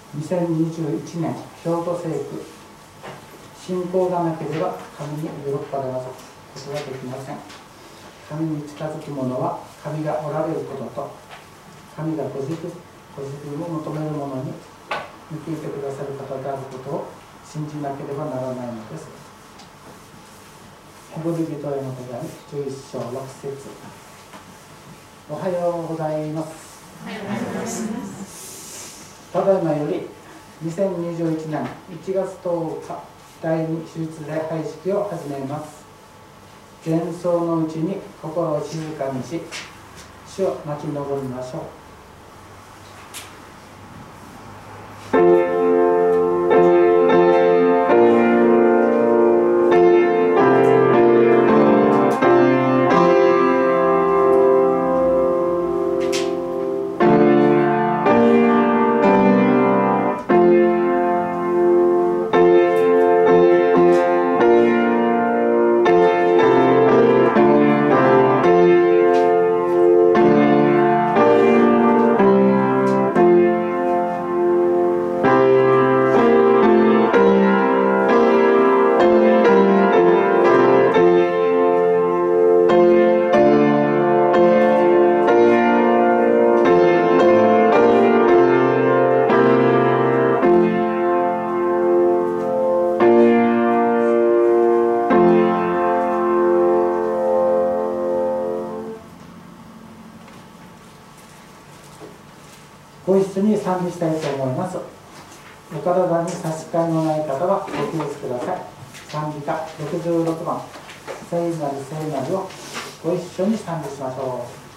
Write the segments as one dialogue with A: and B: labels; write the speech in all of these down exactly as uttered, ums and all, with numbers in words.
A: にせんにじゅういちねん兵庫聖句、信仰がなければ神に喜ばれますことができません。神に近づく者は神がおられることと、神がご自分ご自分を求める者に見ていてくださる方であることを信じなければならないのです。ヘブル人への手紙じゅういっ章ろく節。おはようございます。ただいまよりにせんにじゅういちねんいちがつとおかだいに手術礼拝式を始めます。前奏のうちに心を静かにし、主を待ち望みましょう。ご一緒に賛美したいと思います。お体に差し支えのない方はご起立ください。賛美歌ろくじゅうろくばん「聖なる聖なる」をご一緒に賛美しましょう。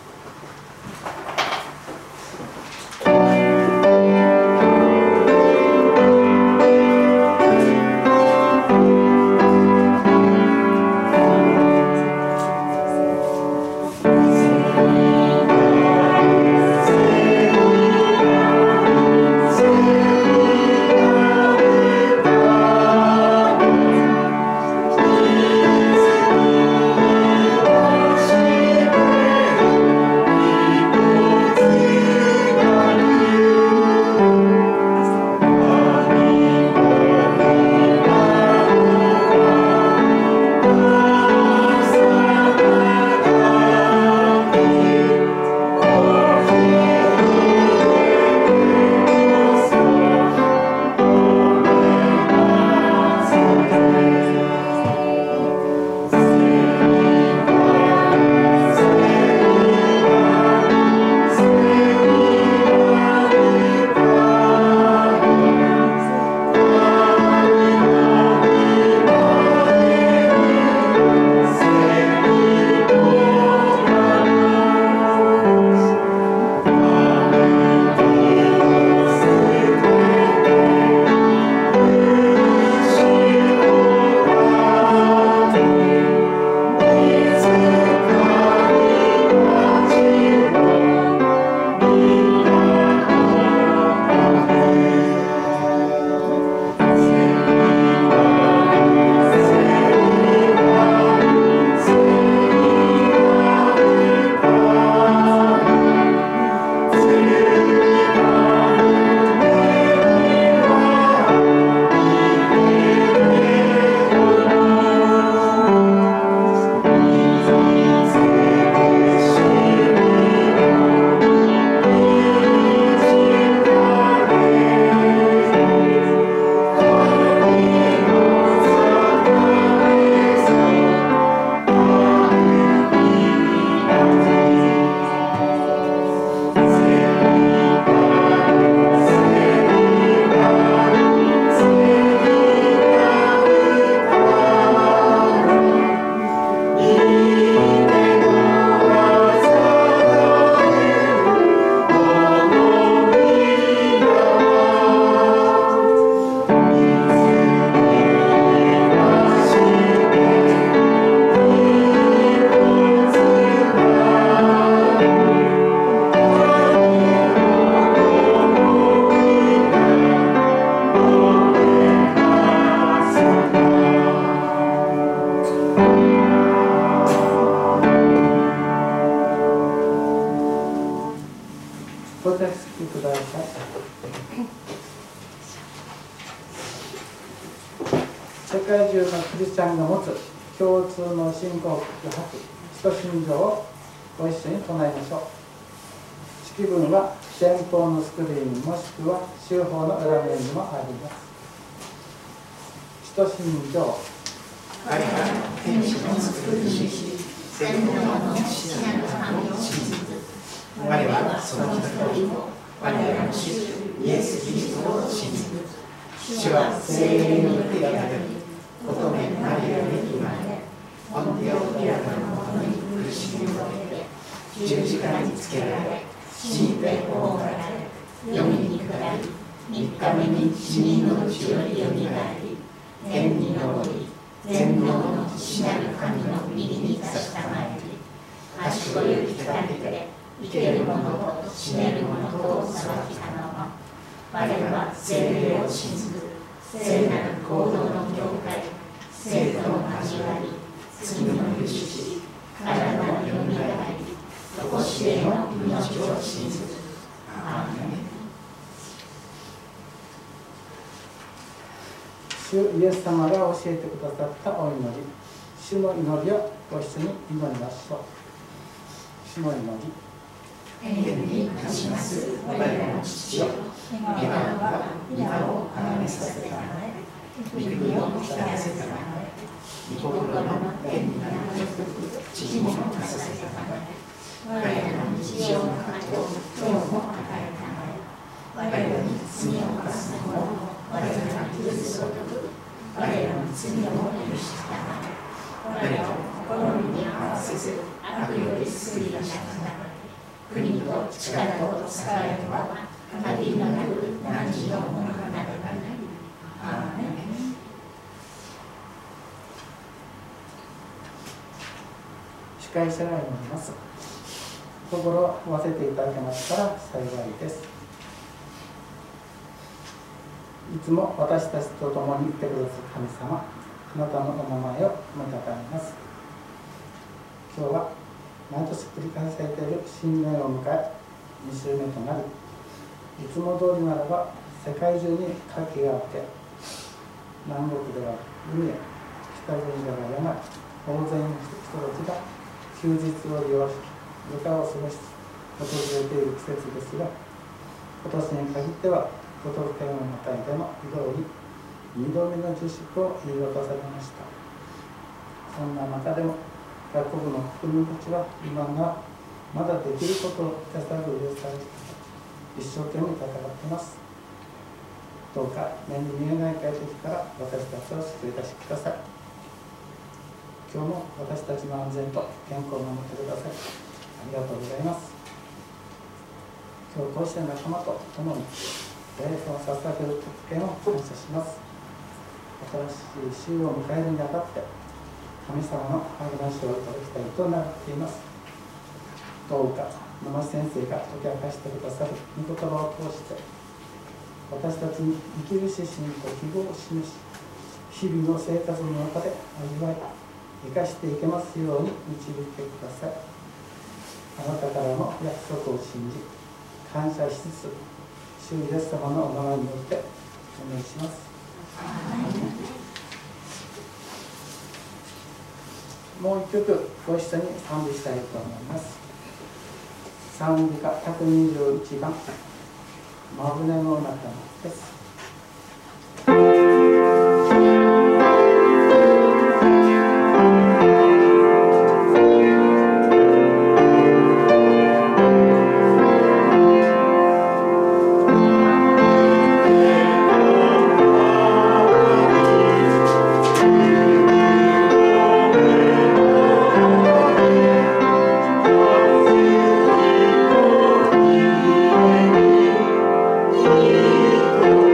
B: 「
A: 世界中のクリスチャンが持つ共通の信仰告白、使徒信条をご一緒に唱えましょう。式文は前方のスクリーンもしくは週報の裏面にもあります。使徒信条。
B: 我ら天使の作る主、全能の父なる神を信じる。我はその一人を、我らの主イエス・キリストを信じる。主は聖霊によってやられ、乙女マリアに生まれ、ポンテオ・ピラトのもとに苦しみを受けて、十字架につけられ、死んで葬られ、読みに下り、三日目に死人のうちよりよみがえり、天に昇り、全能の父なる神の右に座したまえり、賢い生きたてて、生ける者と死ねる者とを裁きたのも、我は聖霊を信ずる、聖なる行動の教会、聖徒の交わり、罪の許し、体のよみがえり、とこしえの命を信ずる。アーメン。
A: 主イエス様が教えてくださったお祈り、主の祈りをご一緒に祈りましょう。主の祈り。
B: 天に立ちます我らの父よ、願わば皆をあがめさせたまえ、御国を来らせたまえ、御心の天になるごとく地にもなさせたまえ、我らの日常の糧を今日も与えたまえ、我らに罪を犯す者を我らに許すごとく我らの罪を許したまえ、我らを心に合わせず悪より救い出したまえ、国と力と栄えとは限りのなく何時のものとなればなり。アーメン。
A: 司会者が祈ります。心を合わせていただけましたら幸いです。いつも私たちと共にいてくださる神様、あなたのお名前を褒めたたえます。今日は毎年繰り返されている新年を迎えに週目となり、いつも通りならば世界中に活気があって、南国では海へ、北国では山へ、大勢の人たちが休日を利用し歌を過ごし訪れている季節ですが、今年に限っては仏の中での移動ににどめの自粛を言い渡されました。そんな中でも各国の国民たちは今がまだできることを手探りでされて一生懸命戦っています。どうか目に見えない外敵から私たちを救い出してください。今日も私たちの安全と健康を守ってください。ありがとうございます。今日こうして仲間と共に礼を捧げる特権を感謝します。新しい週を迎えるにあたって神様の励ましをいただきたいと願っています。どうか野間先生が解き明かしてくださる御言葉を通して私たちに生きる指針と希望を示し、日々の生活の中で味わい生かしていけますように導いてください。あなたからの約束を信じ感謝しつつ、主イエス様のお名前によってお願いします。もう一曲ご一緒に賛美したいと思います。賛美歌ひゃくにじゅういちばん「まぶねの中の」です。
B: 「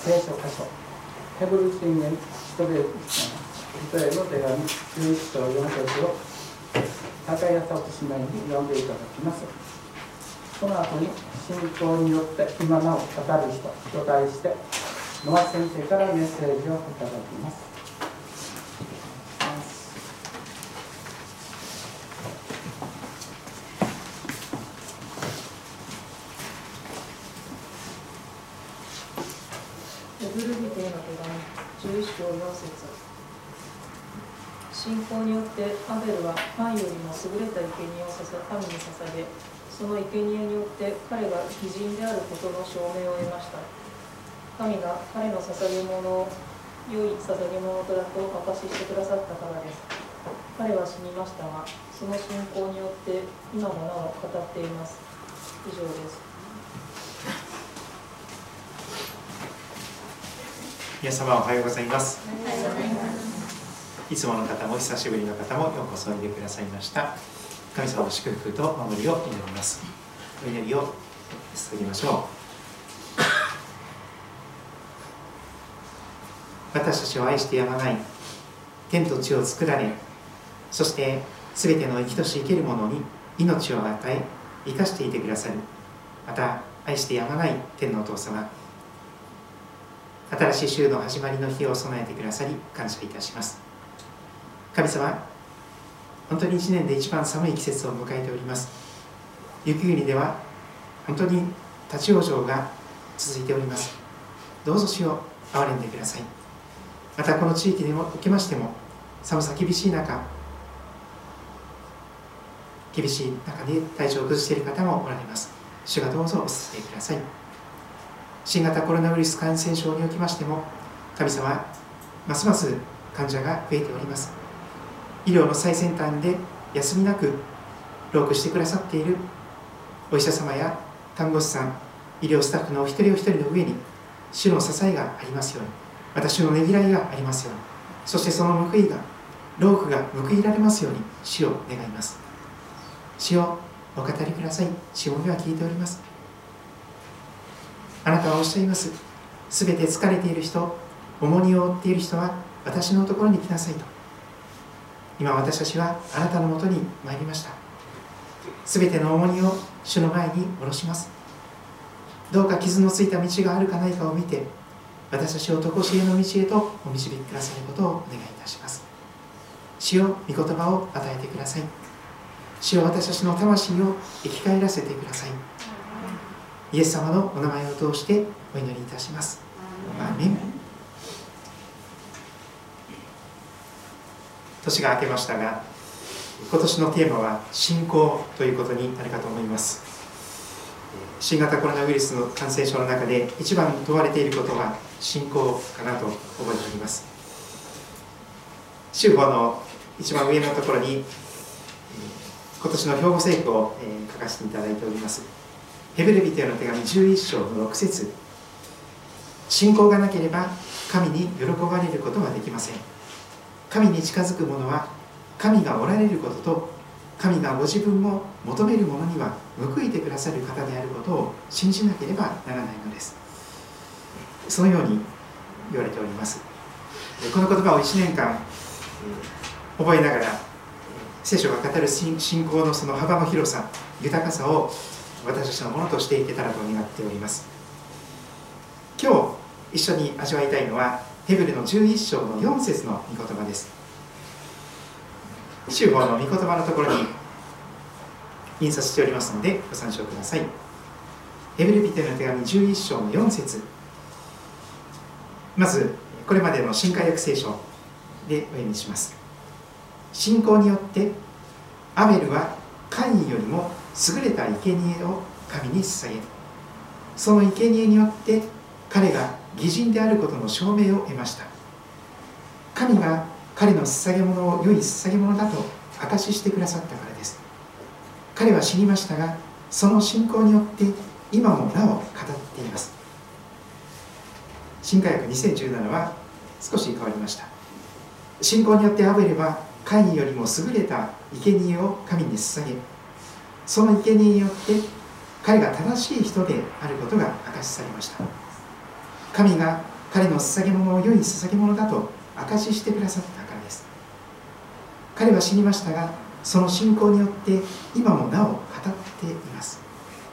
A: 聖書箇所、ヘブル人へ人へ人への手紙じゅういち章よん節を高安聡姉妹に読んでいただきます。その後に信仰によって今なお語る人と題してノア先生からメッセージをいただきます。
C: ヘブル人への手紙じゅういち章よん節。信仰によってアベルはカンよりも優れた生贄を神に捧げ、その生贄によって彼が義人であることの証明を得ました。神が彼の捧げ物を良い捧げ物だと証ししてくださったからです。彼は死にましたが、その信仰によって今もなお語っています。以上です。
B: 皆様おはようございます。いつもの方も久しぶりの方もようこそおいでくださいました。神様の祝福と守りを祈ります。お祈りを捧げましょう。私たちを愛してやまない天と地を作られ、そして全ての生きとし生けるものに命を与え生かしていてくださる、また愛してやまない天のお父様、新しい週の始まりの日を備えてくださり感謝いたします。神様、本当にいちねんで一番寒い季節を迎えております。雪国では本当に立ち往生が続いております。どうぞ主を憐れんでください。またこの地域におきましても寒さ厳しい中厳しい中で体調を崩している方もおられます。主がどうぞお救いください。新型コロナウイルス感染症におきましても神様、ますます患者が増えております。医療の最先端で休みなく労苦してくださっているお医者様や看護師さん、医療スタッフのお一人お一人の上に主の支えがありますように、また主のねぎらいがありますように、そしてその報いが労苦が報いられますように主を願います。主をお語りください。主をは聞いております。あなたはおっしゃいます。すべて疲れている人、重荷を負っている人は私のところに来なさいと。今私たちはあなたのもとに参りました。すべての重荷を主の前に下ろします。どうか傷のついた道があるかないかを見て、私たちを常しえの道へとお導きくださることをお願いいたします。主よ、御言葉を与えてください。主よ、私たちの魂を生き返らせてください。イエス様のお名前を通してお祈りいたします。アーメン。年が明けましたが、今年のテーマは信仰ということになるかと思います。新型コロナウイルスの感染症の中で一番問われていることは信仰かなと思っております。週報の一番上のところに今年の兵庫聖句を書かせていただいております。ヘブル人への手紙じゅういち章のろく節。信仰がなければ神に喜ばれることはできません。神に近づく者は神がおられることと神がご自分を求める者には報いてくださる方であることを信じなければならないのです。そのように言われております。この言葉をいちねんかん覚えながら聖書が語る信仰のその幅の広さ、豊かさを私たちのものとしていけたらと願っております。今日一緒に味わいたいのはヘブルのじゅういち章のよん節の御言葉です。週報の御言葉のところに印刷しておりますのでご参照ください。ヘブル人への手紙じゅういち章のよん節。まずこれまでの新海訳聖書でお読みします。信仰によってアベルはカインよりも優れた生贄を神に捧げ、その生贄によって彼が義人であることの証明を得ました。神が彼の捧げ物を良い捧げ物だと証ししてくださったからです。彼は死にましたが、その信仰によって今もなお語っています。新海訳にせんじゅうななは少し変わりました。信仰によってアベルはカインよりも優れた生贄を神に捧げ、その生贄によって彼が正しい人であることが明かしされました。神が彼の捧げ物を良い捧げ物だと証ししてくださったからです。彼は死にましたが、その信仰によって今もなお語っています。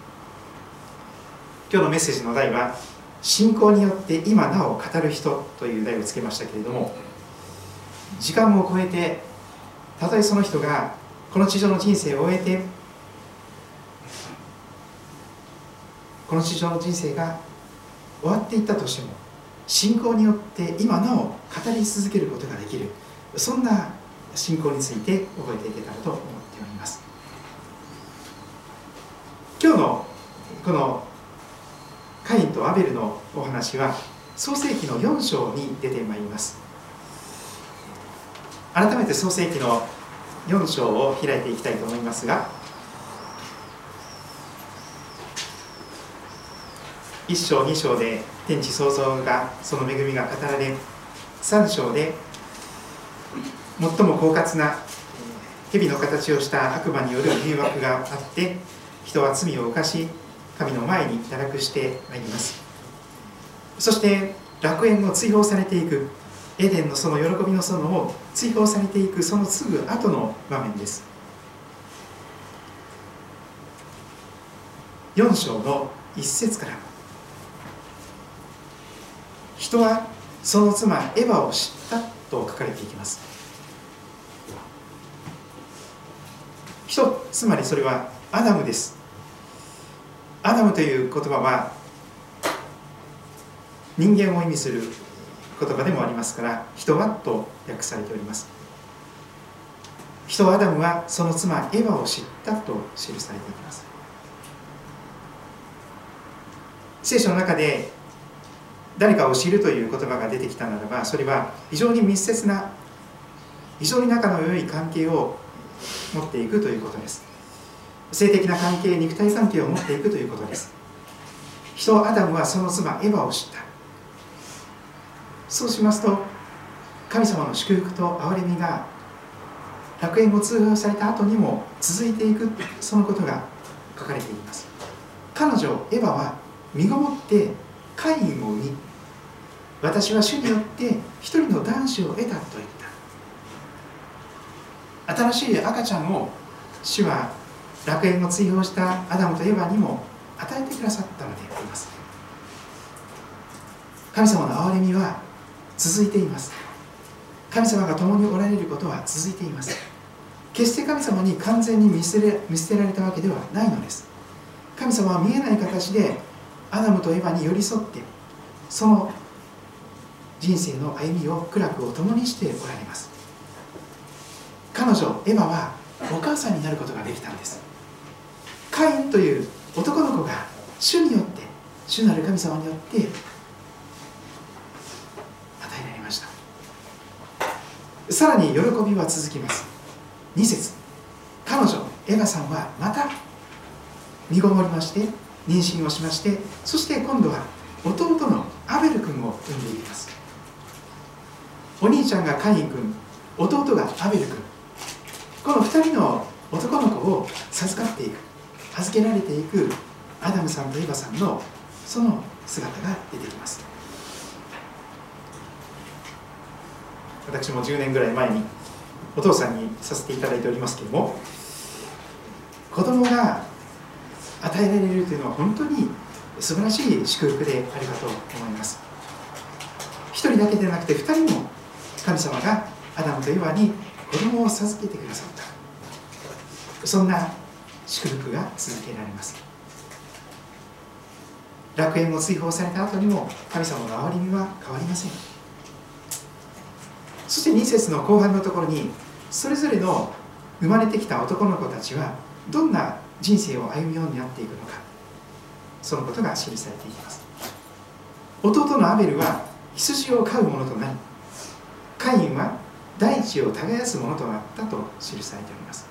B: 今日のメッセージの題は、信仰によって今なお語る人という題をつけましたけれども、時間を超えて、たとえその人がこの地上の人生を終えて、この地上の人生が終わっていったとしても、信仰によって今なお語り続けることができる、そんな信仰について覚えていけたらと思っております。今日のこのカインとアベルのお話は創世記のよん章に出てまいります。改めて創世記のよん章を開いていきたいと思いますが、いっ章に章で天地創造がその恵みが語られ、さん章で最も狡猾な蛇の形をした悪魔による誘惑があって、人は罪を犯し神の前に堕落してまいります。そして楽園を追放されていく、エデンのその喜びの園を追放されていくそのすぐ後の場面です。よん章のいっ節から、人はその妻エヴァを知ったと書かれていきます。人、つまりそれはアダムです。アダムという言葉は人間を意味する言葉でもありますから、人はと訳されております。人アダムはその妻エヴァを知ったと記されていきます。聖書の中で誰かを知るという言葉が出てきたならば、それは非常に密接な、非常に仲の良い関係を持っていくということです。性的な関係、肉体関係を持っていくということです。人アダムはその妻エヴァを知った。そうしますと、神様の祝福と憐れみが楽園を通報された後にも続いていく、そのことが書かれています。彼女エヴァは身ごもってカインを産み、私は主によって一人の男子を得たと言った。新しい赤ちゃんを主は楽園を追放したアダムとエヴァにも与えてくださったのであります。神様の憐れみは続いています。神様が共におられることは続いています。決して神様に完全に見捨て、見捨てられたわけではないのです。神様は見えない形でアダムとエヴァに寄り添って、その人生の歩みを苦楽を共にしておられます。彼女エヴァはお母さんになることができたんです。カインという男の子が主によって、主なる神様によって与えられました。さらに喜びは続きます。に節、彼女エヴァさんはまた身ごもりまして妊娠をしまして、そして今度は弟のアベル君を産んでいます。お兄ちゃんがカイン君、弟がアベル君、このふたりの男の子を授かっていく、預けられていくアダムさんとエヴァさんのその姿が出てきます。私もじゅうねんぐらい前にお父さんにさせていただいておりますけれども、子供が与えられるというのは本当に素晴らしい祝福であるかと思います。一人だけでなくて二人も神様がアダムとエヴァに子供を授けてくださった、そんな祝福が続けられます。楽園を追放された後にも神様の憐れみは変わりません。そしてに節の後半のところに、それぞれの生まれてきた男の子たちはどんな人生を歩むようになっていくのか、そのことが記されていきます。弟のアベルは羊を飼う者となり、カインは大地を耕す者となったと記されております。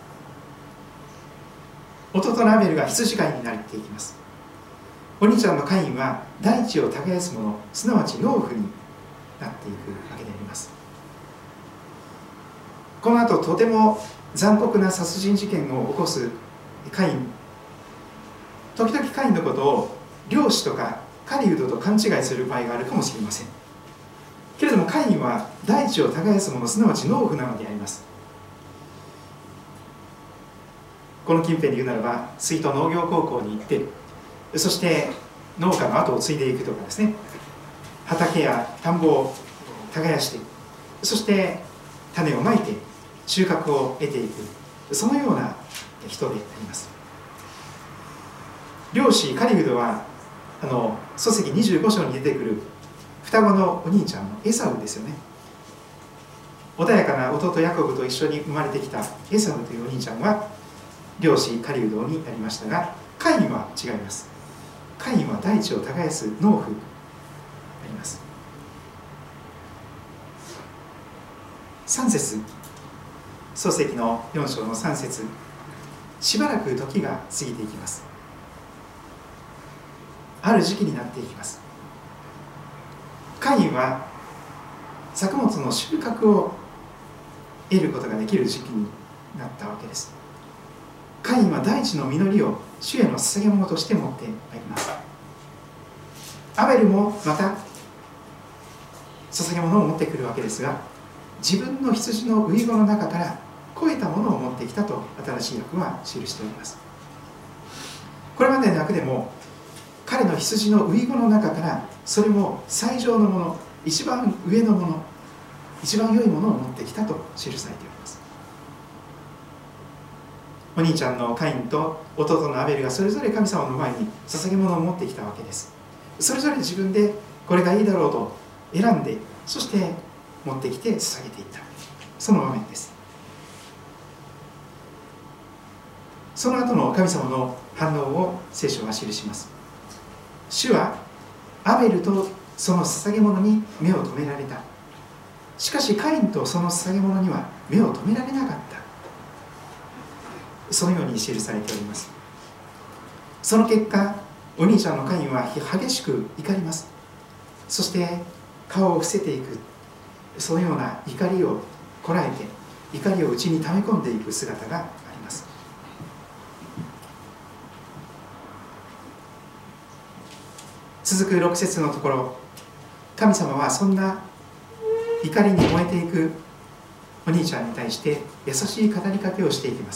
B: 弟のアベルが羊飼いになっていきます。お兄ちゃんのカインは大地を耕す者、すなわち農夫になっていくわけであります。この後とても残酷な殺人事件を起こすカイン、時々カインのことを猟師とか狩人と勘違いする場合があるかもしれません。けれどもカインは大地を耕す者、すなわち農夫なのであります。この近辺で言うならば、水戸農業高校に行って、そして農家の後を継いでいくとかですね、畑や田んぼを耕して、そして種をまいて収穫を得ていく、そのような人であります。漁師カリフドはあの書籍にじゅうご章に出てくる双子のお兄ちゃんのエサウですよね。穏やかな弟ヤコブと一緒に生まれてきたエサウというお兄ちゃんは漁師カリフドになりましたが、カインは違います。カインは大地を耕す農夫であります。さん節、漱石のよん章のさん節、しばらく時が過ぎていきます。ある時期になっていきます。カインは作物の収穫を得ることができる時期になったわけです。カインは大地の実りを主への捧げ物として持ってまいります。アベルもまた捧げ物を持ってくるわけですが、自分の羊の遺語の中から肥えたものを持ってきたと新しい訳は記しております。これまでの訳でも彼の羊の遺語の中からそれも最上のもの、一番上のもの、一番良いものを持ってきたと記されております。お兄ちゃんのカインと弟のアベルがそれぞれ神様の前に捧げ物を持ってきたわけです。それぞれ自分でこれがいいだろうと選んで、そして持ってきて捧げていった、その場面です。その後の神様の反応を聖書は記します。主はアベルとその捧げ物に目を留められた。しかしカインとその捧げ物には目を留められなかった。そのように記されております。その結果、お兄ちゃんのカインは激しく怒ります。そして顔を伏せていく、そのような怒りをこらえて、怒りを内に溜め込んでいく姿があります。続くろく節のところ、神様はそんな怒りに燃えていくお兄ちゃんに対して優しい語りかけをしていきます。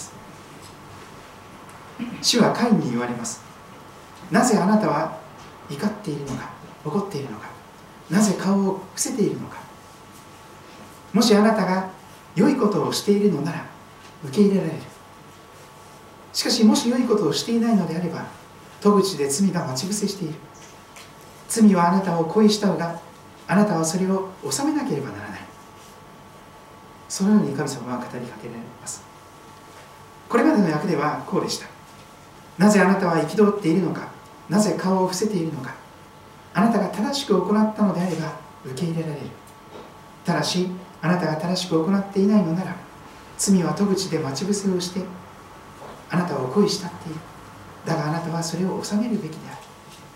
B: 主はカインに言われます。なぜあなたは怒っているのか、怒っているのか、なぜ顔を伏せているのか。もしあなたが良いことをしているのなら受け入れられる。しかしもし良いことをしていないのであれば、戸口で罪が待ち伏せしている。罪はあなたを恋したが、あなたはそれを収めなければならない。そのように神様は語りかけられます。これまでの訳ではこうでした。なぜあなたは憤っているのか、なぜ顔を伏せているのか。あなたが正しく行ったのであれば受け入れられる。ただしあなたが正しく行っていないのなら、罪は戸口で待ち伏せをしてあなたを恋したっている。だがあなたはそれを収めるべきである。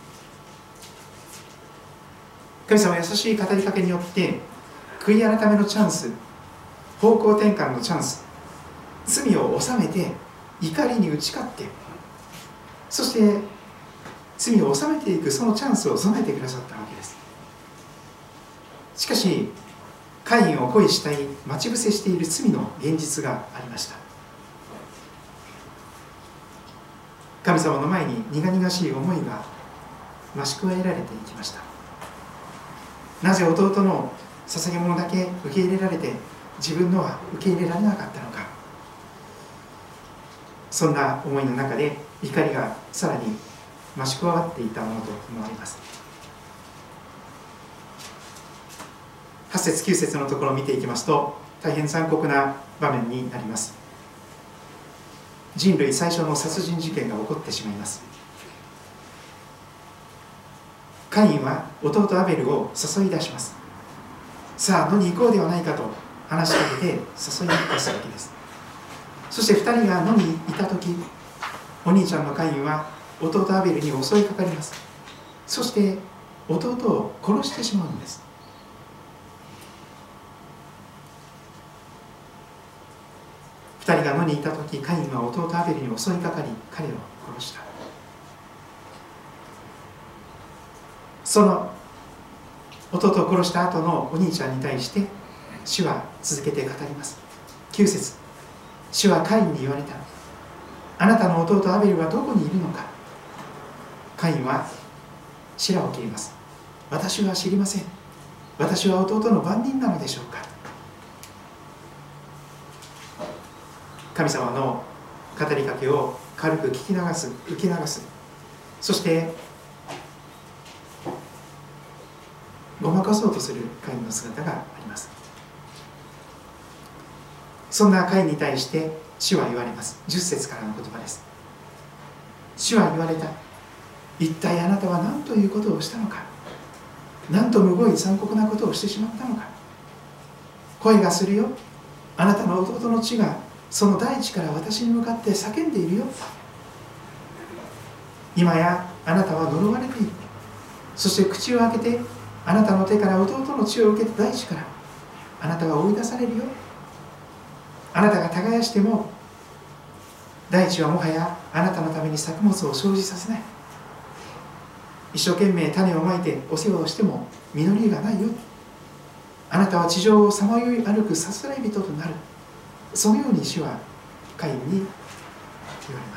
B: 神様は優しい語りかけによって悔い改めのチャンス、方向転換のチャンス、罪を収めて怒りに打ち勝って、そして罪を収めていくそのチャンスを備えてくださったわけです。しかしカインを恋したい、待ち伏せしている罪の現実がありました。神様の前に苦々しい思いが増し加えられていきました。なぜ弟の捧げ物だけ受け入れられて自分のは受け入れられなかったのか。そんな思いの中で怒りがさらに増し加わっていたものと思われます。はち節きゅう節のところを見ていきますと、大変残酷な場面になります。人類最初の殺人事件が起こってしまいます。カインは弟アベルを誘い出します。さあ野に行こうではないかと話しかけて誘い出すわけです。そしてふたりが野にいたとき、お兄ちゃんのカインは弟アベルに襲いかかります。そして弟を殺してしまうんです。ふたりが野にいたとき、カインは弟アベルに襲いかかり彼を殺した。 その弟を殺した後のお兄ちゃんに対して主は続けて語ります。きゅう節、主はカインに言われた。あなたの弟アベルはどこにいるのか。カインは白を切ります。私は知りません。私は弟の番人なのでしょうか。神様の語りかけを軽く聞き流す、受け流す、そしてごまかそうとするカインの姿があります。そんなカインに対して主は言われます。じゅっ節からの言葉です。主は言われた。一体あなたは何ということをしたのか。なんとむごい残酷なことをしてしまったのか。声がするよ。あなたの弟の血がその大地から私に向かって叫んでいるよ。今やあなたは呪われている。そして口を開けてあなたの手から弟の血を受けた大地からあなたは追い出されるよ。あなたが耕しても大地はもはやあなたのために作物を生じさせない。一生懸命種をまいてお世話をしても実りがないよ。あなたは地上をさまよい歩くさすらい人となる。そのように主はカインに言われます。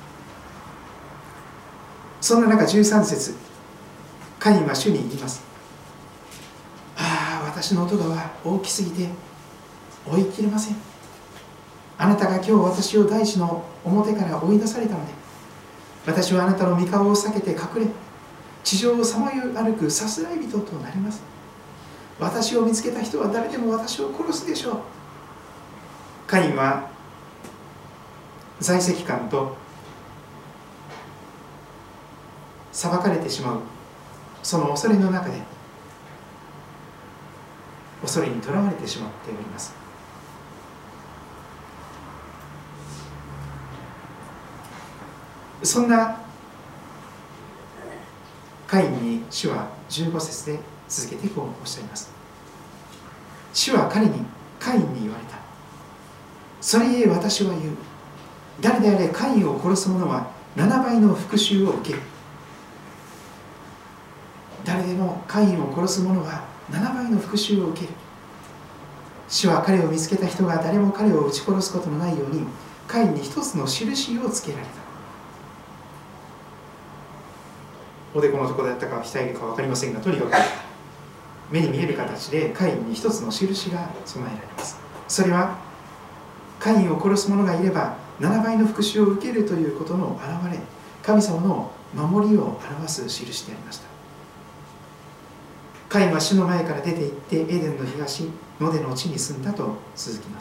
B: そんな中じゅうさん節、カインは主に言います。ああ、私の音がは大きすぎて追い切れません。あなたが今日私を大地の表から追い出されたので、私はあなたの御顔を避けて隠れ、地上をさまよい歩くさすらい人となります。私を見つけた人は誰でも私を殺すでしょう。カインは在籍感と裁かれてしまうその恐れの中で恐れにとらわれてしまっております。そんなカインに主はじゅうご節で続けてこうおっしゃいます。主は彼にカインに言われた。それゆえ私は言う。誰であれカインを殺す者はななばいの復讐を受ける。誰でもカインを殺す者はななばいの復讐を受ける。主は彼を見つけた人が誰も彼を撃ち殺すことのないようにカインに一つの印をつけられた。おでこのところだったか額か分かりませんが、とにかく目に見える形でカインに一つの印が備えられます。それはカインを殺す者がいればななばいの復讐を受けるということの表れ、神様の守りを表す印でありました。カインは主の前から出て行ってエデンの東ノデの地に住んだと続きます。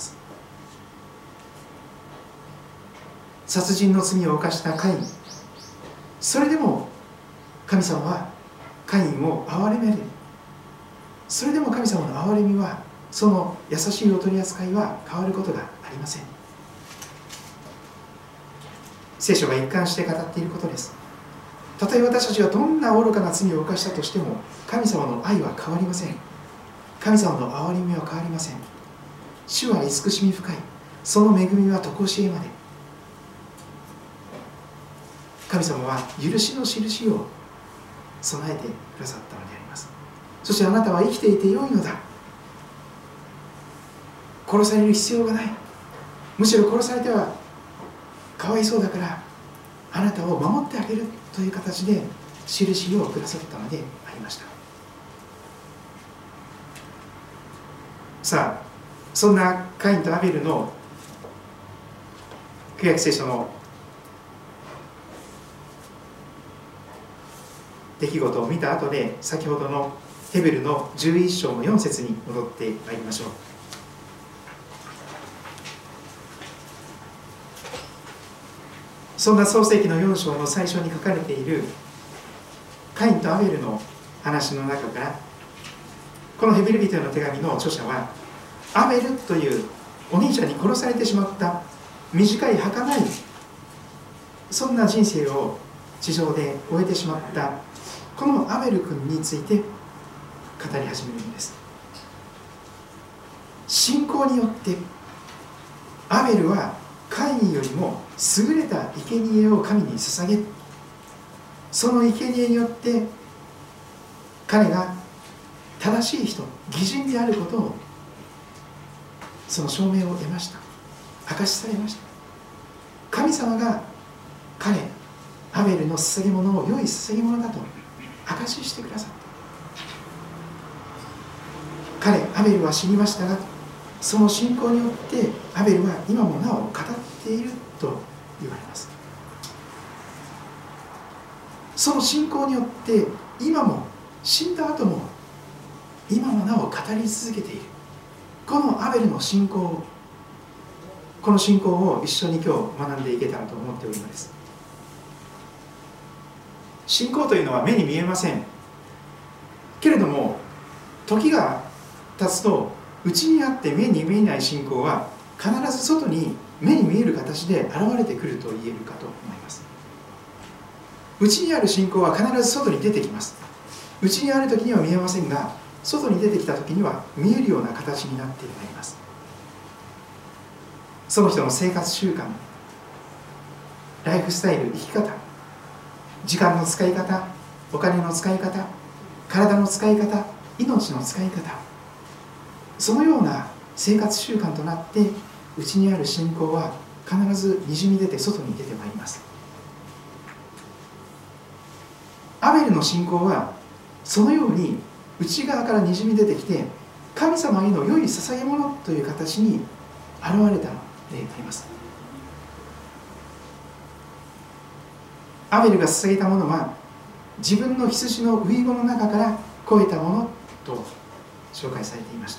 B: 殺人の罪を犯したカイン、それでも神様はカインを憐れめる。それでも神様の憐れみは、その優しいお取り扱いは変わることがありません。聖書が一貫して語っていることです。たとえ私たちがどんな愚かな罪を犯したとしても、神様の愛は変わりません。神様の憐れみは変わりません。主は慈しみ深い。その恵みは常しえまで。神様は許しの印を備えてくださったのであります。そしてあなたは生きていてよいのだ。殺される必要がない。むしろ殺されてはかわいそうだからあなたを守ってあげるという形で印をくださったのでありました。さあ、そんなカインとアベルの旧約聖書の出来事を見た後で、先ほどのヘベルのじゅういっ章のよん節に戻ってまいりましょう。そんな創世記のよん章の最初に書かれているカインとアベルの話の中から、このヘベル人への手紙の著者は、アベルというお兄ちゃんに殺されてしまった短い儚いそんな人生を地上で終えてしまったこのアベル君について語り始めるんです。信仰によってアベルはカインよりも優れた生贄を神に捧げ、その生贄によって彼が正しい人、義人であることを、その証明を得ました。証しされました。神様が彼アベルの捧げ物を良い捧げ物だと証ししてくださった。彼アベルは死にましたが、その信仰によってアベルは今もなお語っていると言われます。その信仰によって今も死んだ後も今もなお語り続けている。このアベルの信仰を、この信仰を一緒に今日学んでいけたらと思っております。信仰というのは目に見えませんけれども、時が経つと内にあって目に見えない信仰は必ず外に目に見える形で現れてくると言えるかと思います。内にある信仰は必ず外に出てきます。内にある時には見えませんが、外に出てきた時には見えるような形になってまいります。その人の生活習慣、ライフスタイル、生き方、時間の使い方、お金の使い方、体の使い方、命の使い方、そのような生活習慣となって内にある信仰は必ずにじみ出て外に出てまいります。アベルの信仰はそのように内側からにじみ出てきて、神様への良い捧げ物という形に現れたのであります。アベルが捧げたものは自分の羊の遺語の中から肥えたものと紹介されていました。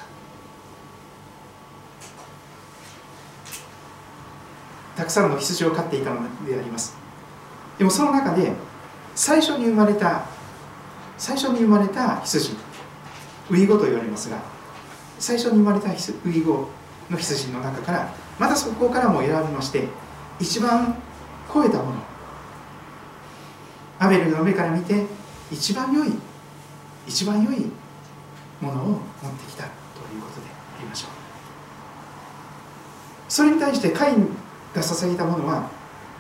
B: たくさんの羊を飼っていたのであります。でもその中で最初に生まれた最初に生まれた羊、遺語と言われますが、最初に生まれた遺語の羊の中からまたそこからも選びまして、一番肥えたもの、アベルの目から見て一番良い一番良いものを持ってきたということでありましょう。それに対してカインが捧げたものは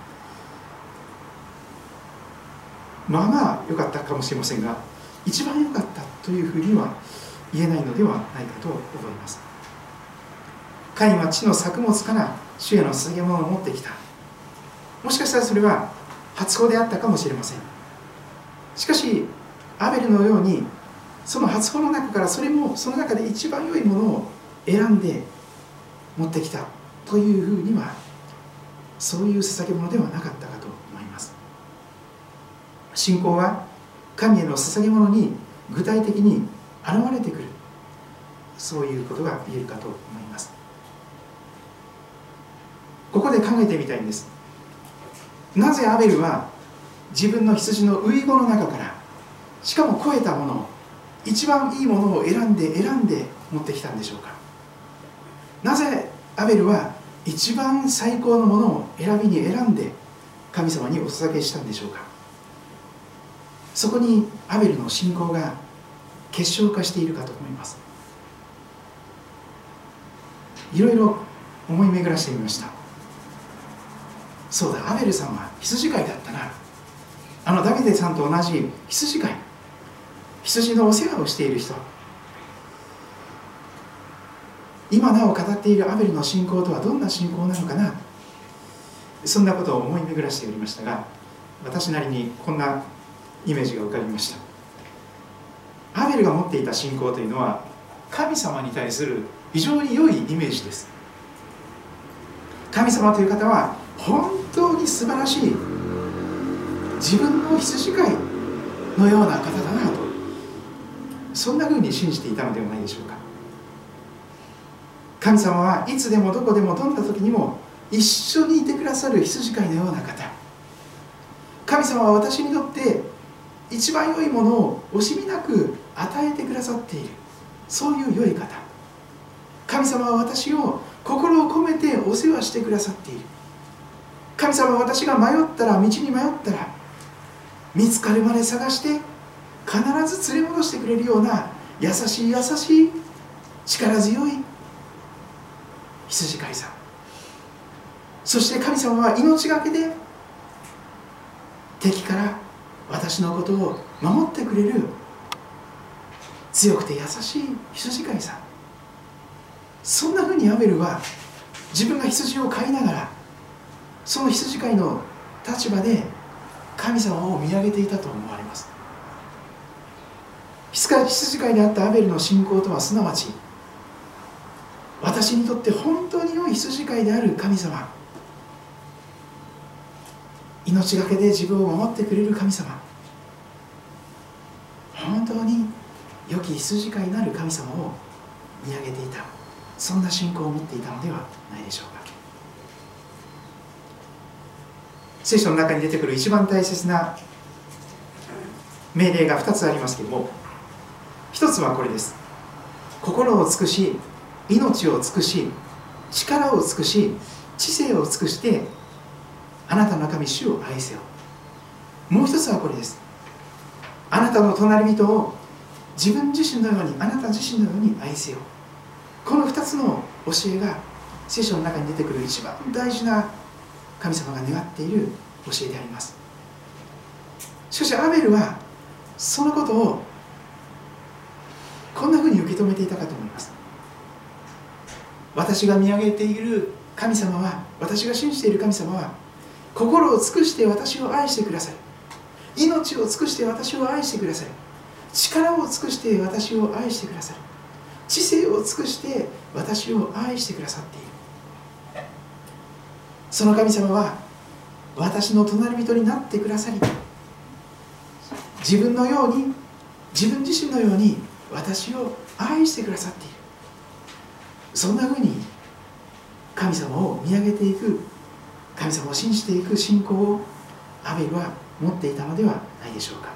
B: まあまあ良かったかもしれませんが、一番良かったというふうには言えないのではないかと思います。カインは地の作物から主への捧げ物を持ってきた。もしかしたらそれは初歩であったかもしれません。しかしアベルのようにその初歩の中からそれもその中で一番良いものを選んで持ってきたというふうには、そういう捧げ物ではなかったかと思います。信仰は神への捧げ物に具体的に現れてくる、そういうことが言えるかと思います。ここで考えてみたいんです。なぜアベルは自分の羊の遺語の中から、しかも肥えたものを、一番いいものを選んで選んで持ってきたんでしょうか。なぜアベルは一番最高のものを選びに選んで神様にお捧げしたんでしょうか。そこにアベルの信仰が結晶化しているかと思います。いろいろ思い巡らしてみました。そうだ、アベルさんは羊飼いだったな。あのダビデさんと同じ羊飼い、羊のお世話をしている人。今なお語っているアベルの信仰とはどんな信仰なのかな。そんなことを思い巡らしておりましたが、私なりにこんなイメージが浮かびました。アベルが持っていた信仰というのは神様に対する非常に良いイメージです。神様という方は本当に素晴らしい、自分の羊飼いのような方だなと、そんなふうに信じていたのではないでしょうか。神様はいつでもどこでもどんな時にも一緒にいてくださる羊飼いのような方。神様は私にとって一番良いものを惜しみなく与えてくださっている、そういう良い方。神様は私を心を込めてお世話してくださっている。神様は私が迷ったら、道に迷ったら見つかるまで探して必ず連れ戻してくれるような優しい優しい力強い羊飼いさん。そして神様は命がけで敵から私のことを守ってくれる強くて優しい羊飼いさん、そんなふうにアベルは自分が羊を飼いながら、その羊飼いの立場で神様を見上げていたと思われます。羊飼いであったアベルの信仰とは、すなわち私にとって本当に良い羊飼いである神様、命がけで自分を守ってくれる神様、本当に良き羊飼いなる神様を見上げていた、そんな信仰を持っていたのではないでしょうか。聖書の中に出てくる一番大切な命令がふたつありますけれども、ひとつはこれです。心を尽くし、命を尽くし、力を尽くし、知性を尽くしてあなたの神主を愛せよ。もう一つはこれです。あなたの隣人を自分自身のように、あなた自身のように愛せよ。この二つの教えが聖書の中に出てくる一番大事な神様が願っている教えであります。しかしアベルはそのことをこんなふうに受け止めていたかと思います。私が見上げている神様は、私が信じている神様は、心を尽くして私を愛してください。命を尽くして私を愛してください。力を尽くして私を愛してください。知性を尽くして私を愛してくださっている。その神様は私の隣人になってくださり、自分のように、自分自身のように私を愛してくださっている。そんなふうに神様を見上げていく、神様を信じていく信仰をアベルは持っていたのではないでしょうか。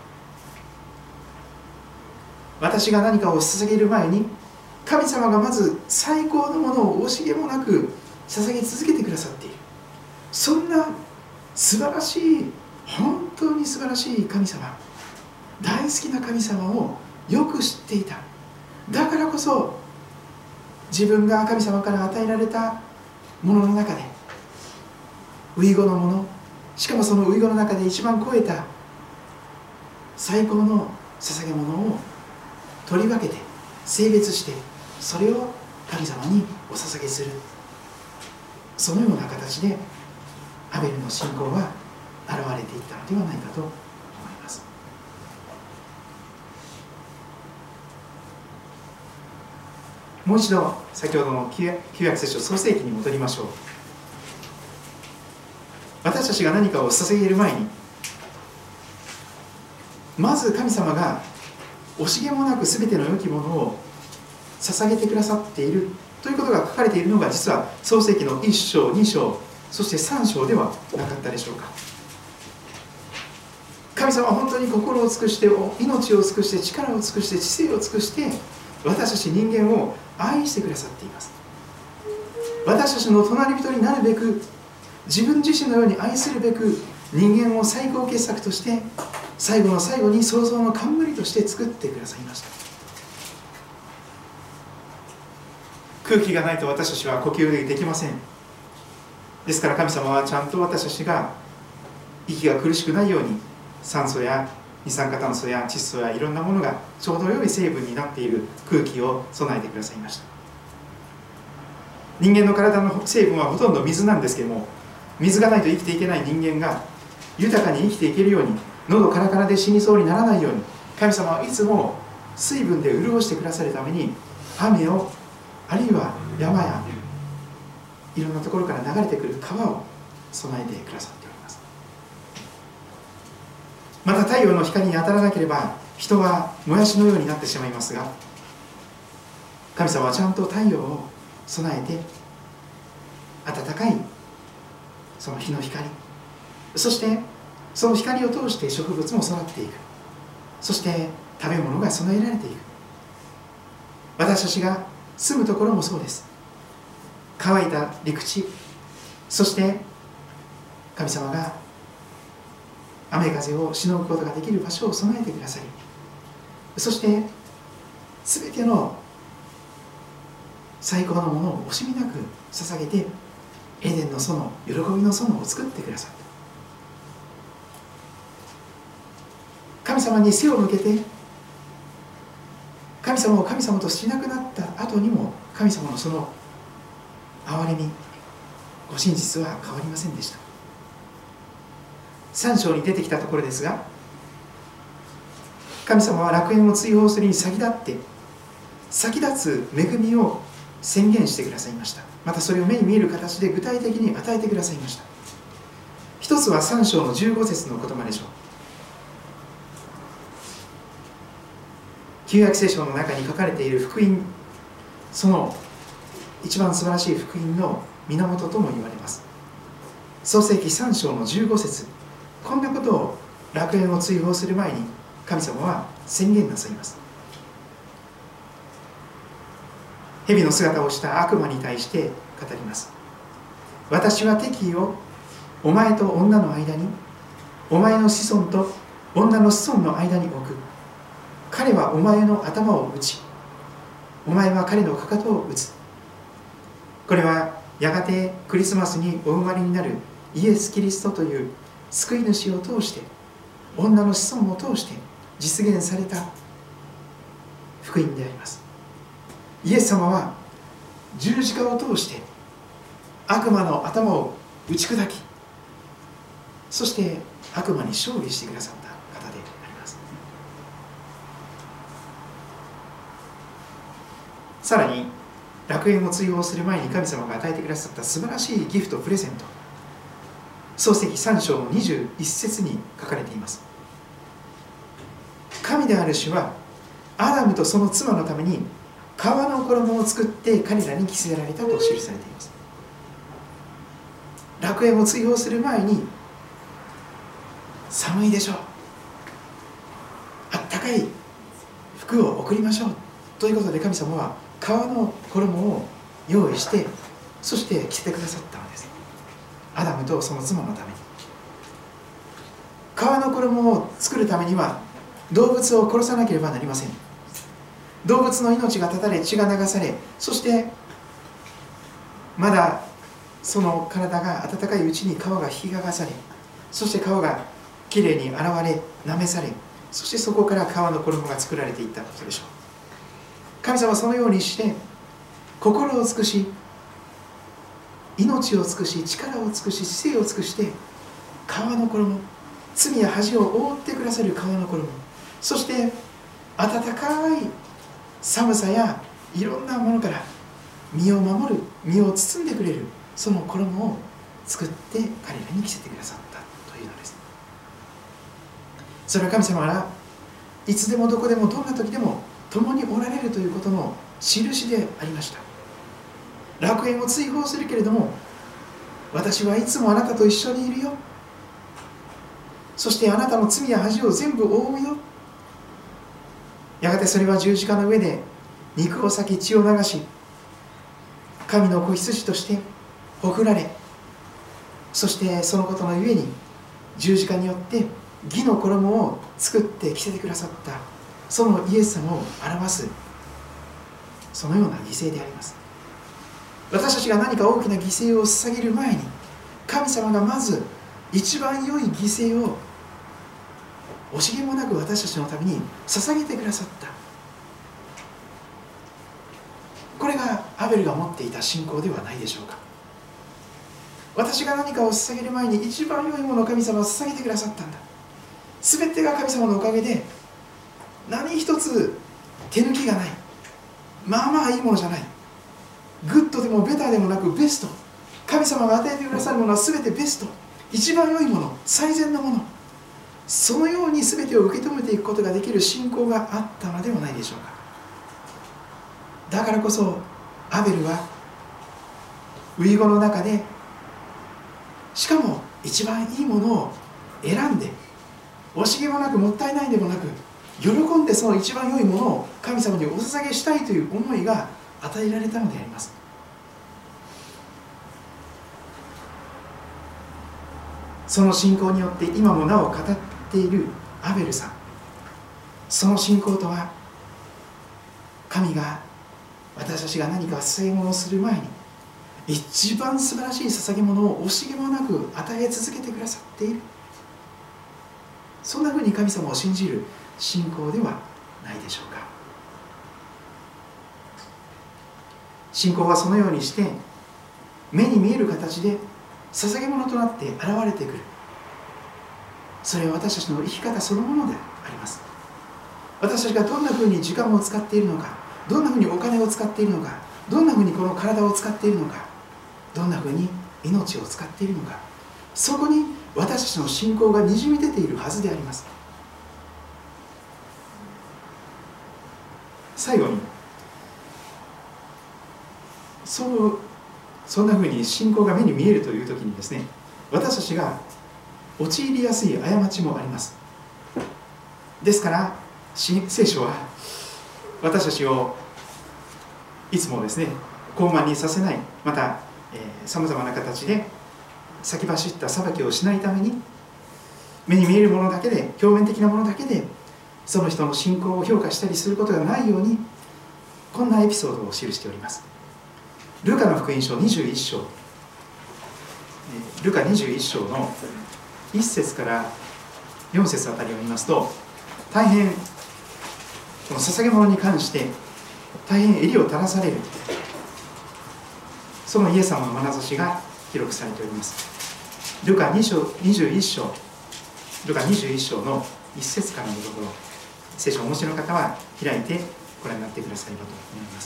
B: 私が何かを捧げる前に、神様がまず最高のものを惜しげもなく捧げ続けてくださっている。そんな素晴らしい、本当に素晴らしい神様、大好きな神様をよく知っていた。だからこそ自分が神様から与えられたものの中で、遺語のもの、しかもその遺語の中で一番超えた最高の捧げ物を取り分けて性別して、それを神様にお捧げする、そのような形でアベルの信仰は現れていったのではないかと思います。もう一度先ほどの旧約聖書創世記に戻りましょう。私たちが何かを捧げる前に、まず神様が惜しげもなく全ての良きものを捧げてくださっているということが書かれているのが、実は創世記のいっ章、に章、そしてさん章ではなかったでしょうか。神様は本当に心を尽くして、命を尽くして、力を尽くして、知性を尽くして、私たち人間を愛してくださっています。私たちの隣人になるべく、自分自身のように愛するべく、人間を最高傑作として、最後の最後に創造の冠として作ってくださいました。空気がないと私たちは呼吸できません。ですから神様はちゃんと私たちが息が苦しくないように、酸素や二酸化炭素や窒素やいろんなものがちょうど良い成分になっている空気を備えてくださいました。人間の体の成分はほとんど水なんですけども、水がないと生きていけない人間が豊かに生きていけるように、喉カラカラで死にそうにならないように、神様はいつも水分で潤してくださるために、雨を、あるいは山やいろんなところから流れてくる川を備えてくださっております。また太陽の光に当たらなければ人はもやしのようになってしまいますが、神様はちゃんと太陽を備えて、暖かいその日の光、そしてその光を通して植物も育っていく、そして食べ物が備えられていく。私たちが住むところもそうです。乾いた陸地、そして神様が雨風をしのぐことができる場所を備えてくださり、そして全ての最高のものを惜しみなく捧げて、エデンの園、喜びの園を作ってくださった。神様に背を向けて、 様を神様としなくなった後にも、神様のその憐れみ、ご真実は変わりませんでした。さん章に出てきたところですが、神様は楽園を追放するに先立って先立つ恵みを宣言してくださいました。またそれを目に見える形で具体的に与えてくださいました。一つはさん章のじゅうご節の言葉でしょう。旧約聖書の中に書かれている福音、その一番素晴らしい福音の源とも言われます。創世記さん章のじゅうご節、こんなことを楽園を追放する前に神様は宣言なさいます。蛇の姿をした悪魔に対して語ります。私は敵意をお前と女の間に、お前の子孫と女の子孫の間に置く。彼はお前の頭を打ち、お前は彼のかかとを打つ。これはやがてクリスマスにお生まれになるイエス・キリストという救い主を通して、女の子孫を通して実現された福音であります。イエス様は十字架を通して悪魔の頭を打ち砕き、そして悪魔に勝利してくださった方であります。さらに楽園を追放する前に神様が与えてくださった素晴らしいギフト、プレゼント、創世記さん章のにじゅういち節に書かれています。神である主はアダムとその妻のために皮の衣を作って彼らに着せられたと記されています。楽園を追放する前に、寒いでしょう、あったかい服を送りましょうということで、神様は皮の衣を用意して、そして着せてくださったのです。アダムとその妻のために。皮の衣を作るためには動物を殺さなければなりません。動物の命が絶たれ、血が流され、そしてまだその体が温かいうちに皮が引き剥がされ、そして皮がきれいに洗われ、なめされ、そしてそこから皮の衣が作られていったことでしょう。神様はそのようにして心を尽くし、命を尽くし、力を尽くし、知性を尽くして、皮の衣、罪や恥を覆ってくださる皮の衣、そして温かい寒さやいろんなものから身を守る、身を包んでくれる、その衣を作って彼らに着せてくださったというのです。それは神様がいつでもどこでもどんな時でも共におられるということの印でありました。楽園を追放するけれども、私はいつもあなたと一緒にいるよ、そしてあなたの罪や恥を全部覆うよ。やがてそれは十字架の上で肉を裂き血を流し、神の子羊としてほふられ、そしてそのことのゆえに十字架によって義の衣を作って着せてくださった、そのイエス様を表すそのような犠牲であります。私たちが何か大きな犠牲を捧げる前に、神様がまず一番良い犠牲を惜しげもなく私たちのために捧げてくださった。これがアベルが持っていた信仰ではないでしょうか。私が何かを捧げる前に一番良いものを神様は捧げてくださったんだ。全てが神様のおかげで、何一つ手抜きがない、まあまあいいものじゃない、グッドでもベターでもなくベスト、神様が与えてくださるものは全てベスト、一番良いもの、最善のもの、そのように全てを受け止めていくことができる信仰があったのではないでしょうか。だからこそアベルは遺語の中で、しかも一番いいものを選んで、惜しげもなくもったいないでもなく、喜んでその一番良いものを神様にお捧げしたいという思いが与えられたのであります。その信仰によって今もなお語っているアベルさん、その信仰とは、神が私たちが何か捧げ物をする前に一番素晴らしい捧げ物を惜しげもなく与え続けてくださっている、そんなふうに神様を信じる信仰ではないでしょうか。 信仰はそのようにして目に見える形で捧げ物となって現れてくる。それは私たちの生き方そのものであります。私たちがどんなふうに時間を使っているのか、どんなふうにお金を使っているのか、どんなふうにこの体を使っているのか、どんなふうに命を使っているのか、そこに私たちの信仰がにじみ出ているはずであります。最後にそうそんなふうに信仰が目に見えるという時にですね、私たちが陥りやすい過ちもあります。ですから聖書は私たちをいつもですね傲慢にさせない、またさまざまな形で先走った裁きをしないために、目に見えるものだけで、表面的なものだけでその人の信仰を評価したりすることがないように、こんなエピソードを記しております。ルカの福音書にじゅういっ章、ルカにじゅういっ章のいっ節からよん節あたりを見ますと、大変この捧げ物に関して大変襟を垂らされる、そのイエス様の眼差しが記録されております。ルカにじゅういっ章、ルカにじゅういっ章のいっ節からのところ、聖書をお持ちの方は開いてご覧になってくださればと思います。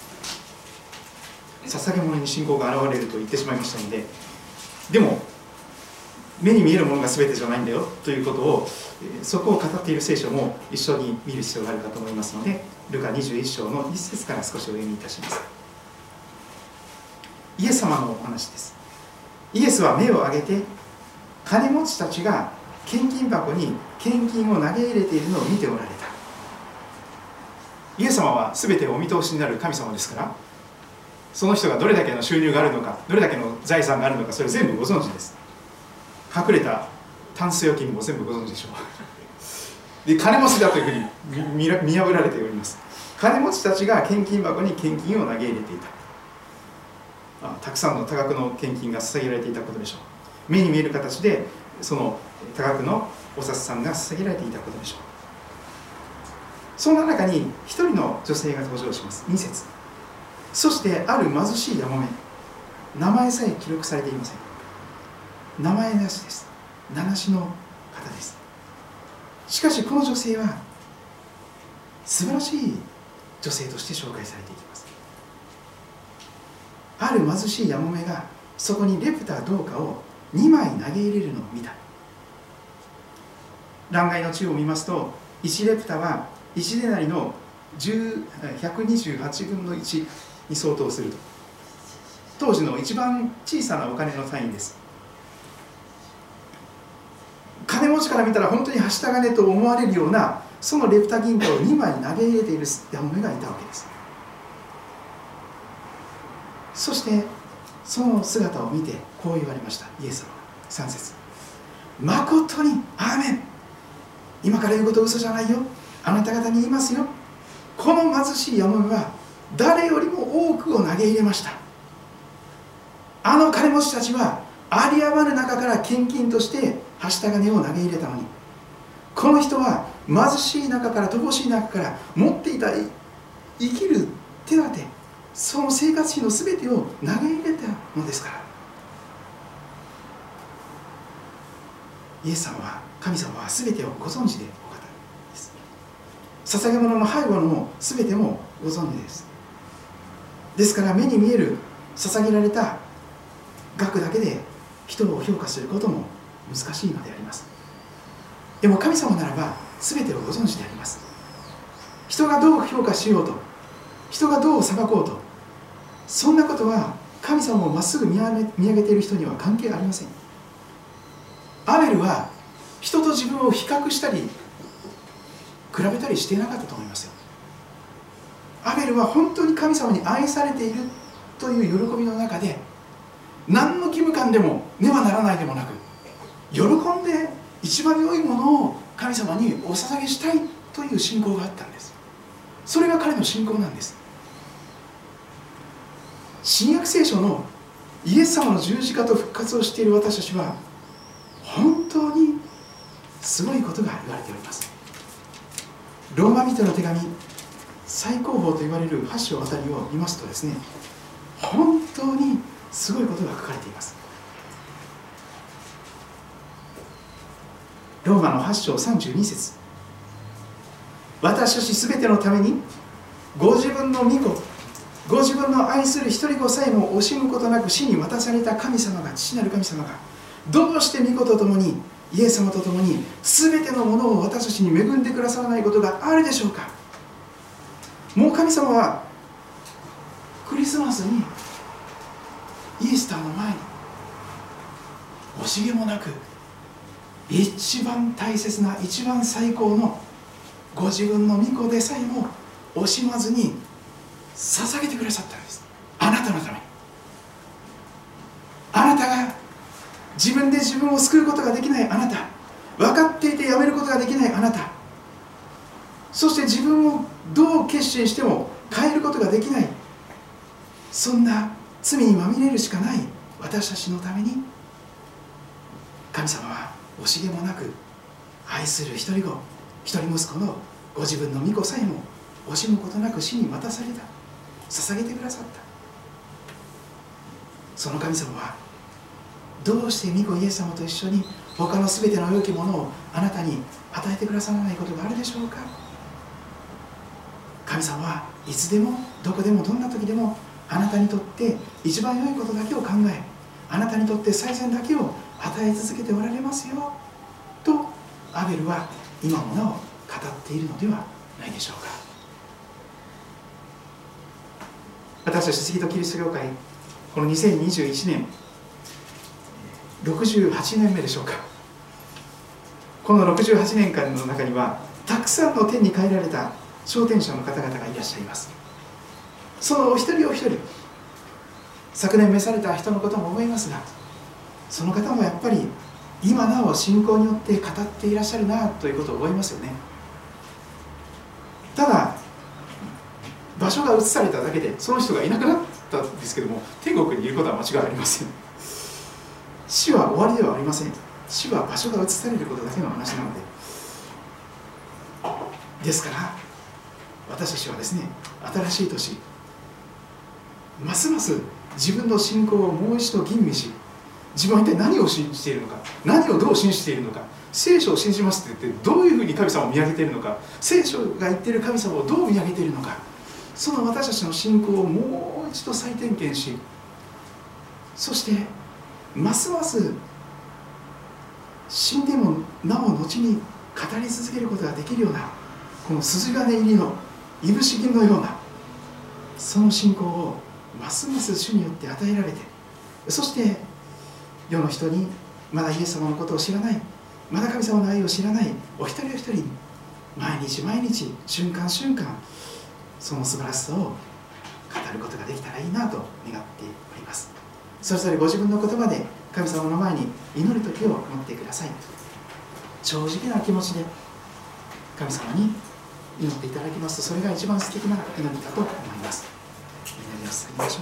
B: 捧げ物に信仰が現れると言ってしまいましたので、でも目に見えるものが全てじゃないんだよということを、そこを語っている聖書も一緒に見る必要があるかと思いますので、ルカにじゅういっ章のいっ節から少しお読みいたします。イエス様のお話です。イエスは目を上げて金持ちたちが献金箱に献金を投げ入れているのを見ておられた。イエス様は全てお見通しになる神様ですから、その人がどれだけの収入があるのか、どれだけの財産があるのか、それ全部ご存知です。隠れたタンス預金も全部ご存知でしょう。で、金持ちだというふうに 見, 見破られております。金持ちたちが献金箱に献金を投げ入れていた。あたくさんの多額の献金が捧げられていたことでしょう。目に見える形でその多額のお札さんが捧げられていたことでしょう。そんな中に一人の女性が登場します。に節。そしてある貧しいやもめ、名前さえ記録されていません。名前なしです。名なしの方です。しかしこの女性は素晴らしい女性として紹介されていきます。ある貧しいやもめがそこにレプタ銅貨をにまい投げ入れるのを見た。欄外の地を見ますと、いちレプタはいちデナリのひゃくにじゅうはちぶんのいちに相当すると。当時の一番小さなお金の単位です。金持ちから見たら本当にはした金と思われるようなそのレプタ銀貨をにまい投げ入れているやもめがいたわけです。そしてその姿を見てこう言われました。イエス様はさん節。まことにアーメン、今から言うこと嘘じゃないよ、あなた方に言いますよ、この貧しいやもめは誰よりも多くを投げ入れました。あの金持ちたちは有り余る中から献金としてはした金を投げ入れたのに、この人は貧しい中から乏しい中から持っていた生きる手当て、その生活費の全てを投げ入れたのですから。イエス様は、神様は全てをご存知でお方です。捧げ物の背後のも全てもご存知です。ですから目に見える捧げられた額だけで人を評価することも難しいのであります。でも神様ならば全てをご存知であります。人がどう評価しようと、人がどう裁こうと、そんなことは神様をまっすぐ見上げ、見上げている人には関係ありません。アベルは人と自分を比較したり比べたりしていなかったと思いますよ。アベルは本当に神様に愛されているという喜びの中で、何の義務感でもねばならないでもなく、喜んで一番良いものを神様にお捧げしたいという信仰があったんです。それが彼の信仰なんです。新約聖書のイエス様の十字架と復活をしている私たちは本当にすごいことが言われております。ローマ人の手紙最高峰と言われるはっ章あたりを見ますとですね、本当にすごいことが書かれています。ローマのはっ章さんじゅうに節、私たちすべてのためにご自分の御子、ご自分の愛する一人子さえも惜しむことなく死に渡された神様が、父なる神様がどうして御子とともに、イエス様とともに全てのものを私たちに恵んでくださらないことがあるでしょうか。もう神様はクリスマスに、イースターの前に惜しげもなく一番大切な、一番最高のご自分の御子でさえも惜しまずに捧げてくださったんです。あなたのために。あなたが自分で自分を救うことができないあなた、分かっていてやめることができないあなた、そして自分をどう決心しても変えることができない、そんな罪にまみれるしかない私たちのために、神様は惜しげもなく愛する一人子、一人息子のご自分の御子さえも惜しむことなく死に渡された、捧げてくださった。その神様はどうして御子イエス様と一緒に他のすべての良きものをあなたに与えてくださらないことがあるでしょうか。神様はいつでもどこでもどんな時でもあなたにとって一番良いことだけを考え、あなたにとって最善だけを与え続けておられますよと、アベルは今もなお語っているのではないでしょうか。私たち杉戸キリスト教会、このにせんにじゅういちねんろくじゅうはちねんめでしょうか。このろくじゅうはちねんかんの中にはたくさんの天に帰られた昇天者の方々がいらっしゃいます。そのお一人お一人、昨年召された人のことも思いますが、その方もやっぱり今なお信仰によって語っていらっしゃるなということを思いますよね。ただ場所が移されただけでその人がいなくなったんですけども、天国にいることは間違いありません。死は終わりではありません。死は場所が移されることだけの話なので、ですから私たちはですね、新しい年、ますます自分の信仰をもう一度吟味し、自分は一体何を信じているのか、何をどう信じているのか、聖書を信じますって言ってどういうふうに神様を見上げているのか、聖書が言っている神様をどう見上げているのか、その私たちの信仰をもう一度再点検し、そしてますます死んでもなお後に語り続けることができるような、この筋金入りのいぶし銀のようなその信仰をますます主によって与えられて、そして世の人にまだイエス様のことを知らない、まだ神様の愛を知らないお一人お一人に毎日毎日瞬間瞬間その素晴らしさを語ることができたらいいなと願っております。それぞれご自分の言葉で神様の前に祈る時を持ってください。正直な気持ちで神様に祈っていただきますと、それが一番素敵な祈りだと思います。祈りを捧げましょう。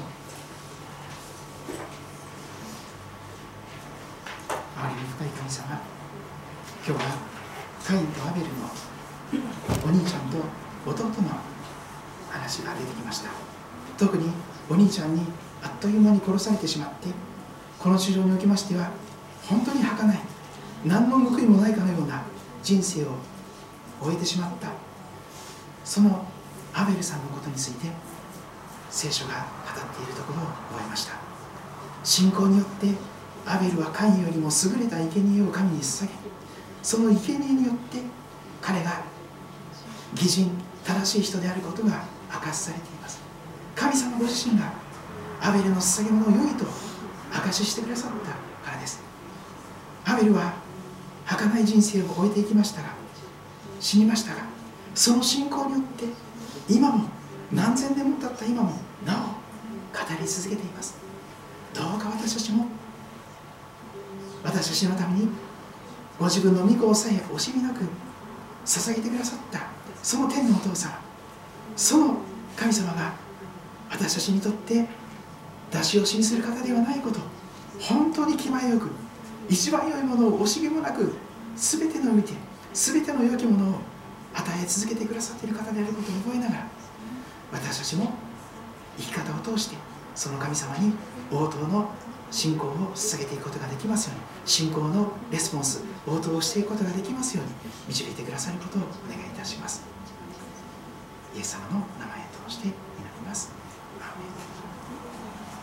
B: 憐れみ深い神様、今日はカインとアベルのお兄ちゃんと弟の話が出てきました。特にお兄ちゃんにあっという間に殺されてしまって、この地上におきましては本当に儚い、何の報いもないかのような人生を終えてしまった、そのアベルさんのことについて聖書が語っているところを覚えました。信仰によってアベルはカインよりも優れた生贄を神に捧げ、その生贄によって彼が義人、正しい人であることが明かしされています。神様ご自身がアベルの捧げ物を良いと証ししてくださったからです。アベルは儚い人生を終えていきましたが、死にましたが、その信仰によって今も何千年も経った今もなお語り続けています。どうか私たちも私たちのためにご自分の御子をさえ惜しみなく捧げてくださったその天のお父様、その神様が私たちにとって出し惜しみする方ではないこと、本当に気前よく一番良いものを惜しげもなく全ての見て全ての良きものを与え続けてくださっている方であることを覚えながら、 私たちも生き方を通してその神様に応答の信仰を捧げていくことができますように、信仰のレスポンス、応答をしていくことができますように導いてくださることをお願いいたします。イエス様の名前を通して祈ります。アーメン。